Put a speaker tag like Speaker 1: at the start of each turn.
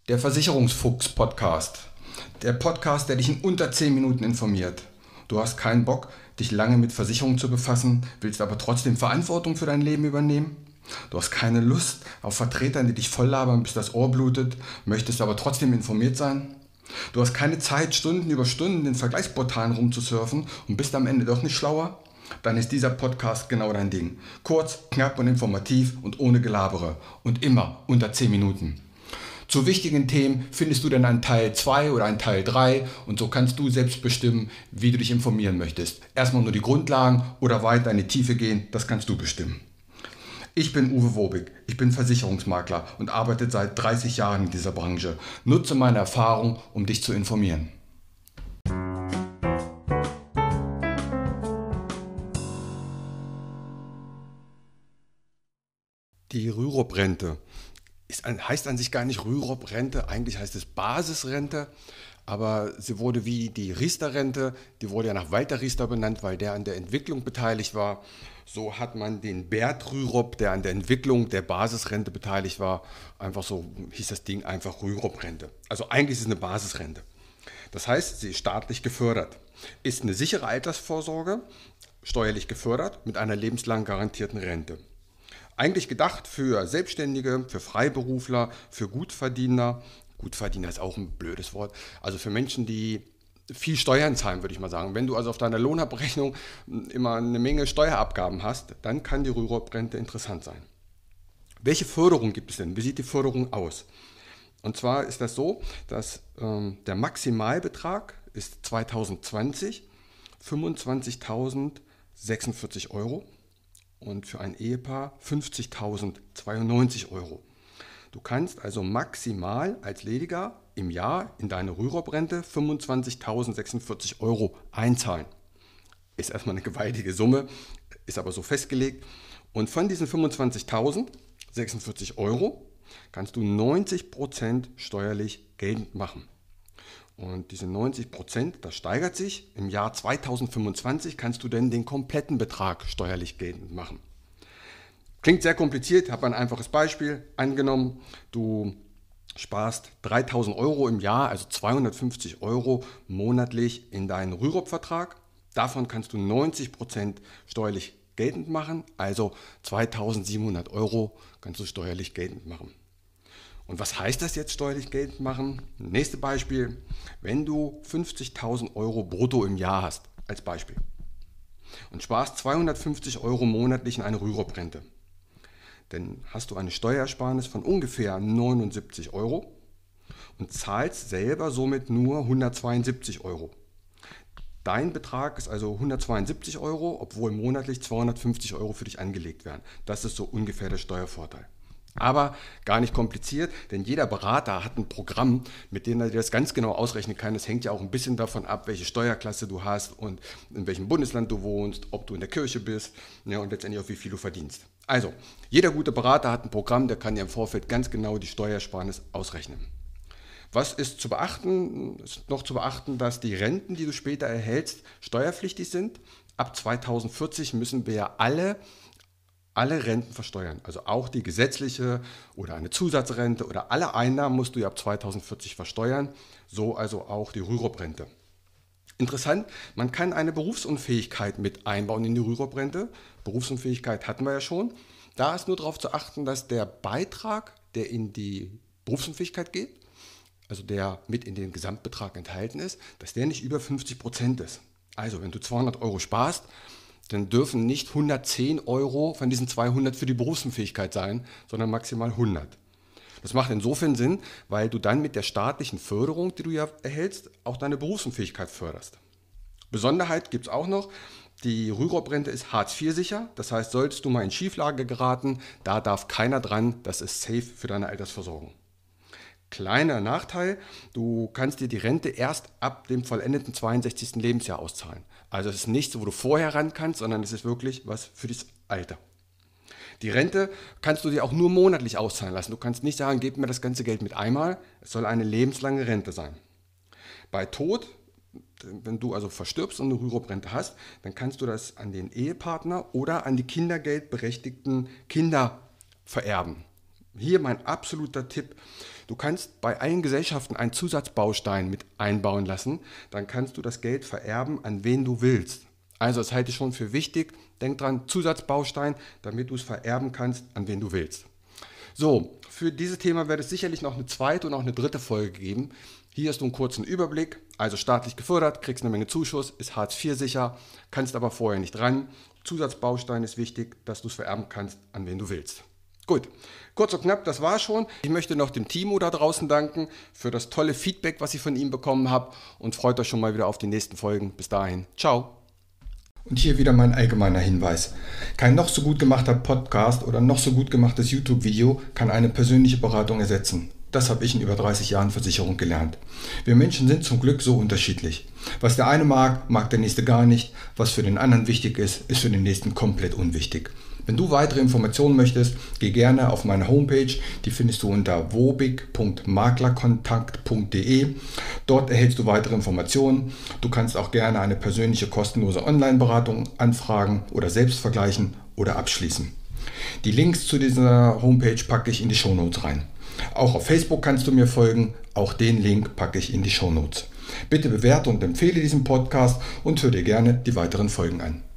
Speaker 1: Der Versicherungsfuchs-Podcast. Der Podcast, der dich in unter 10 Minuten informiert. Du hast keinen Bock, dich lange mit Versicherungen zu befassen, willst aber trotzdem Verantwortung für dein Leben übernehmen? Du hast keine Lust auf Vertretern, die dich voll labern, bis das Ohr blutet, möchtest aber trotzdem informiert sein? Du hast keine Zeit, Stunden über Stunden in Vergleichsportalen rumzusurfen und bist am Ende doch nicht schlauer? Dann ist dieser Podcast genau dein Ding. Kurz, knapp und informativ und ohne Gelabere. Und immer unter 10 Minuten. Zu wichtigen Themen findest du dann einen Teil 2 oder einen Teil 3 und so kannst du selbst bestimmen, wie du dich informieren möchtest. Erstmal nur die Grundlagen oder weiter in die Tiefe gehen, das kannst du bestimmen. Ich bin Uwe Wobig, ich bin Versicherungsmakler und arbeite seit 30 Jahren in dieser Branche. Nutze meine Erfahrung, um dich zu informieren. Die Rürup-Rente heißt an sich gar nicht Rürup-Rente, eigentlich heißt es Basisrente, aber sie wurde wie die Riester-Rente, die wurde ja nach Walter Riester benannt, weil der an der Entwicklung beteiligt war. So hat man den Bert Rürup, der an der Entwicklung der Basisrente beteiligt war, einfach so hieß das Ding einfach Rürup-Rente. Also eigentlich ist es eine Basisrente. Das heißt, sie ist staatlich gefördert, ist eine sichere Altersvorsorge, steuerlich gefördert mit einer lebenslang garantierten Rente. Eigentlich gedacht für Selbstständige, für Freiberufler, für Gutverdiener. Gutverdiener ist auch ein blödes Wort. Also für Menschen, die viel Steuern zahlen, würde ich mal sagen. Wenn du also auf deiner Lohnabrechnung immer eine Menge Steuerabgaben hast, dann kann die Rürup-Rente interessant sein. Welche Förderung gibt es denn? Wie sieht die Förderung aus? Und zwar ist das so, dass der Maximalbetrag ist 2020 25.046 Euro. Und für ein Ehepaar 50.092 Euro. Du kannst also maximal als Lediger im Jahr in deine Rürup-Rente 25.046 Euro einzahlen. Ist erstmal eine gewaltige Summe, ist aber so festgelegt. Und von diesen 25.046 Euro kannst du 90% steuerlich geltend machen. Und diese 90%, das steigert sich. Im Jahr 2025 kannst du dann den kompletten Betrag steuerlich geltend machen. Klingt sehr kompliziert, ich habe ein einfaches Beispiel. Angenommen, du sparst 3.000 Euro im Jahr, also 250 Euro monatlich in deinen Rürup-Vertrag. Davon kannst du 90% steuerlich geltend machen, also 2.700 Euro kannst du steuerlich geltend machen. Und was heißt das jetzt steuerlich geltend machen? Nächstes Beispiel, wenn du 50.000 Euro brutto im Jahr hast, als Beispiel, und sparst 250 Euro monatlich in eine Rürup-Rente, dann hast du eine Steuersparnis von ungefähr 79 Euro und zahlst selber somit nur 172 Euro. Dein Betrag ist also 172 Euro, obwohl monatlich 250 Euro für dich angelegt werden. Das ist so ungefähr der Steuervorteil. Aber gar nicht kompliziert, denn jeder Berater hat ein Programm, mit dem er dir das ganz genau ausrechnen kann. Es hängt ja auch ein bisschen davon ab, welche Steuerklasse du hast und in welchem Bundesland du wohnst, ob du in der Kirche bist, ja, und letztendlich auch wie viel du verdienst. Also, jeder gute Berater hat ein Programm, der kann dir im Vorfeld ganz genau die Steuersparnis ausrechnen. Was ist zu beachten? Ist noch zu beachten, dass die Renten, die du später erhältst, steuerpflichtig sind. Ab 2040 müssen wir ja alle Renten versteuern, also auch die gesetzliche oder eine Zusatzrente oder alle Einnahmen musst du ja ab 2040 versteuern, so also auch die Rürup-Rente. Interessant, man kann eine Berufsunfähigkeit mit einbauen in die Rürup-Rente. Berufsunfähigkeit hatten wir ja schon. Da ist nur darauf zu achten, dass der Beitrag, der in die Berufsunfähigkeit geht, also der mit in den Gesamtbetrag enthalten ist, dass der nicht über 50% ist. Also wenn du 200 Euro sparst, dann dürfen nicht 110 Euro von diesen 200 für die Berufsunfähigkeit sein, sondern maximal 100. Das macht insofern Sinn, weil du dann mit der staatlichen Förderung, die du ja erhältst, auch deine Berufsunfähigkeit förderst. Besonderheit gibt es auch noch, die Rürup-Rente ist Hartz-IV-sicher, das heißt, solltest du mal in Schieflage geraten, da darf keiner dran, das ist safe für deine Altersversorgung. Kleiner Nachteil, du kannst dir die Rente erst ab dem vollendeten 62. Lebensjahr auszahlen. Also es ist nichts, wo du vorher ran kannst, sondern es ist wirklich was für das Alter. Die Rente kannst du dir auch nur monatlich auszahlen lassen. Du kannst nicht sagen, gib mir das ganze Geld mit einmal. Es soll eine lebenslange Rente sein. Bei Tod, wenn du also verstirbst und eine Rürup-Rente hast, dann kannst du das an den Ehepartner oder an die kindergeldberechtigten Kinder vererben. Hier mein absoluter Tipp. Du kannst bei allen Gesellschaften einen Zusatzbaustein mit einbauen lassen. Dann kannst du das Geld vererben, an wen du willst. Also das halte ich schon für wichtig. Denk dran, Zusatzbaustein, damit du es vererben kannst, an wen du willst. So, für dieses Thema wird es sicherlich noch eine zweite und auch eine dritte Folge geben. Hier hast du einen kurzen Überblick. Also staatlich gefördert, kriegst eine Menge Zuschuss, ist Hartz IV sicher, kannst aber vorher nicht ran. Zusatzbaustein ist wichtig, dass du es vererben kannst, an wen du willst. Gut, kurz und knapp, das war schon. Ich möchte noch dem Timo da draußen danken für das tolle Feedback, was ich von ihm bekommen habe und freut euch schon mal wieder auf die nächsten Folgen. Bis dahin, ciao.
Speaker 2: Und hier wieder mein allgemeiner Hinweis. Kein noch so gut gemachter Podcast oder noch so gut gemachtes YouTube-Video kann eine persönliche Beratung ersetzen. Das habe ich in über 30 Jahren Versicherung gelernt. Wir Menschen sind zum Glück so unterschiedlich. Was der eine mag, mag der nächste gar nicht. Was für den anderen wichtig ist, ist für den nächsten komplett unwichtig. Wenn du weitere Informationen möchtest, geh gerne auf meine Homepage. Die findest du unter wobig.maklerkontakt.de. Dort erhältst du weitere Informationen. Du kannst auch gerne eine persönliche kostenlose Online-Beratung anfragen oder selbst vergleichen oder abschließen. Die Links zu dieser Homepage packe ich in die Shownotes rein. Auch auf Facebook kannst du mir folgen. Auch den Link packe ich in die Shownotes. Bitte bewerte und empfehle diesen Podcast und hör dir gerne die weiteren Folgen an.